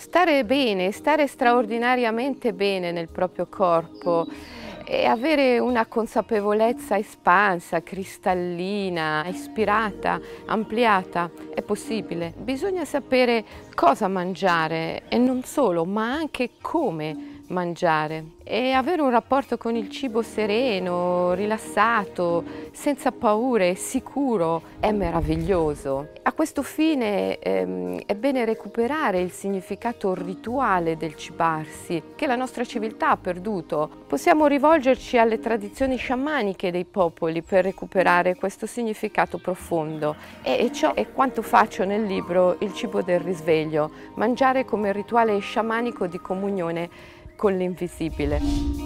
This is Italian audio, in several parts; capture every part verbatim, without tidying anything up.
Stare bene, stare straordinariamente bene nel proprio corpo e avere una consapevolezza espansa, cristallina, ispirata, ampliata, è possibile. Bisogna sapere cosa mangiare e non solo, ma anche come mangiare e avere un rapporto con il cibo sereno, rilassato, senza paure, sicuro, è meraviglioso. A questo fine ehm, è bene recuperare il significato rituale del cibarsi che la nostra civiltà ha perduto. Possiamo rivolgerci alle tradizioni sciamaniche dei popoli per recuperare questo significato profondo e ciò è quanto faccio nel libro Il cibo del risveglio, mangiare come rituale sciamanico di comunione con l'invisibile.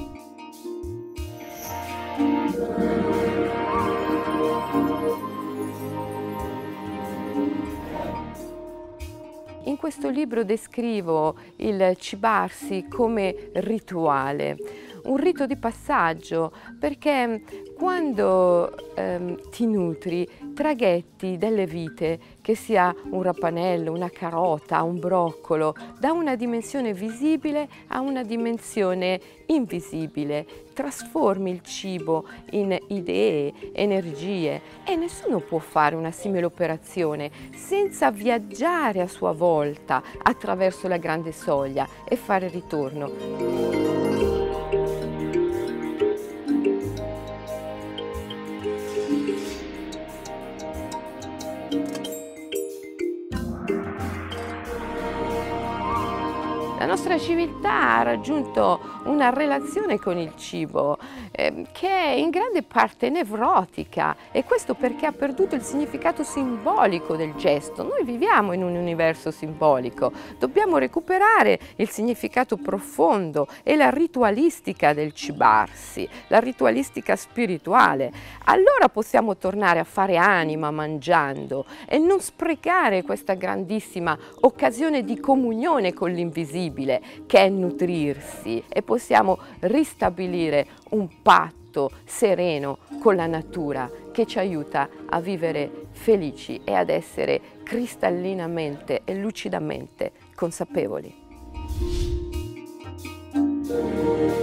In questo libro descrivo il cibarsi come rituale, un rito di passaggio, perché quando ehm, ti nutri traghetti delle vite, che sia un rapanello, una carota, un broccolo, da una dimensione visibile a una dimensione invisibile, trasformi il cibo in idee, energie e nessuno può fare una simile operazione senza viaggiare a sua volta attraverso la grande soglia e fare ritorno. La nostra civiltà ha raggiunto una relazione con il cibo eh, che è in grande parte nevrotica, e questo perché ha perduto il significato simbolico del gesto. Noi viviamo in un universo simbolico, dobbiamo recuperare il significato profondo e la ritualistica del cibarsi, la ritualistica spirituale. Allora possiamo tornare a fare anima mangiando e non sprecare questa grandissima occasione di comunione con l'invisibile, che è nutrirsi, e possiamo ristabilire un patto sereno con la natura che ci aiuta a vivere felici e ad essere cristallinamente e lucidamente consapevoli.